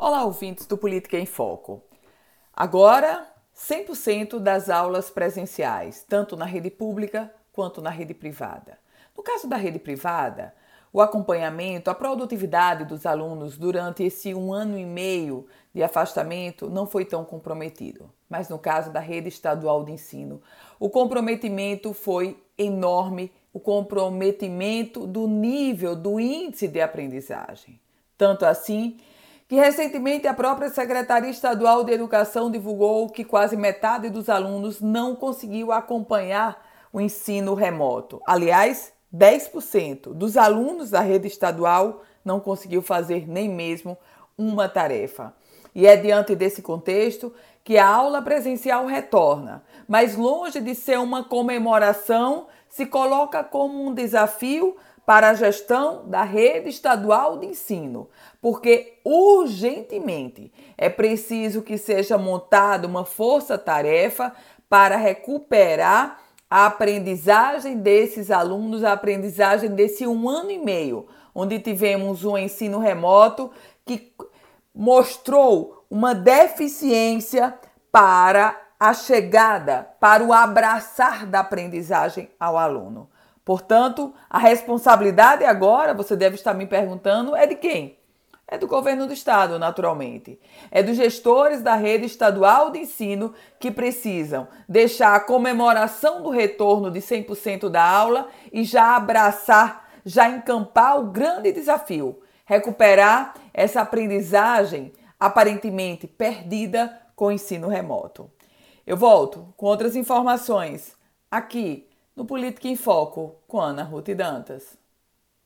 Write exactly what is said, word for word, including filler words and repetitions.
Olá, ouvintes do Política em Foco. Agora, cem por cento das aulas presenciais, tanto na rede pública quanto na rede privada. No caso da rede privada, o acompanhamento, a produtividade dos alunos durante esse um ano e meio de afastamento não foi tão comprometido. Mas no caso da rede estadual de ensino, o comprometimento foi enorme, o comprometimento do nível, do índice de aprendizagem. Tanto assim que recentemente a própria Secretaria Estadual de Educação divulgou que quase metade dos alunos não conseguiu acompanhar o ensino remoto. Aliás, dez por cento dos alunos da rede estadual não conseguiu fazer nem mesmo uma tarefa. E é diante desse contexto que a aula presencial retorna, mas longe de ser uma comemoração, se coloca como um desafio para a gestão da rede estadual de ensino, porque urgentemente é preciso que seja montada uma força-tarefa para recuperar a aprendizagem desses alunos, a aprendizagem desse um ano e meio, onde tivemos um ensino remoto que mostrou uma deficiência para a chegada, para o abraçar da aprendizagem ao aluno. Portanto, a responsabilidade agora, você deve estar me perguntando, é de quem? É do governo do estado, naturalmente. É dos gestores da rede estadual de ensino que precisam deixar a comemoração do retorno de cem por cento da aula e já abraçar, já encampar o grande desafio, recuperar essa aprendizagem aparentemente perdida com o ensino remoto. Eu volto com outras informações aqui no Política em Foco com Ana Ruth Dantas.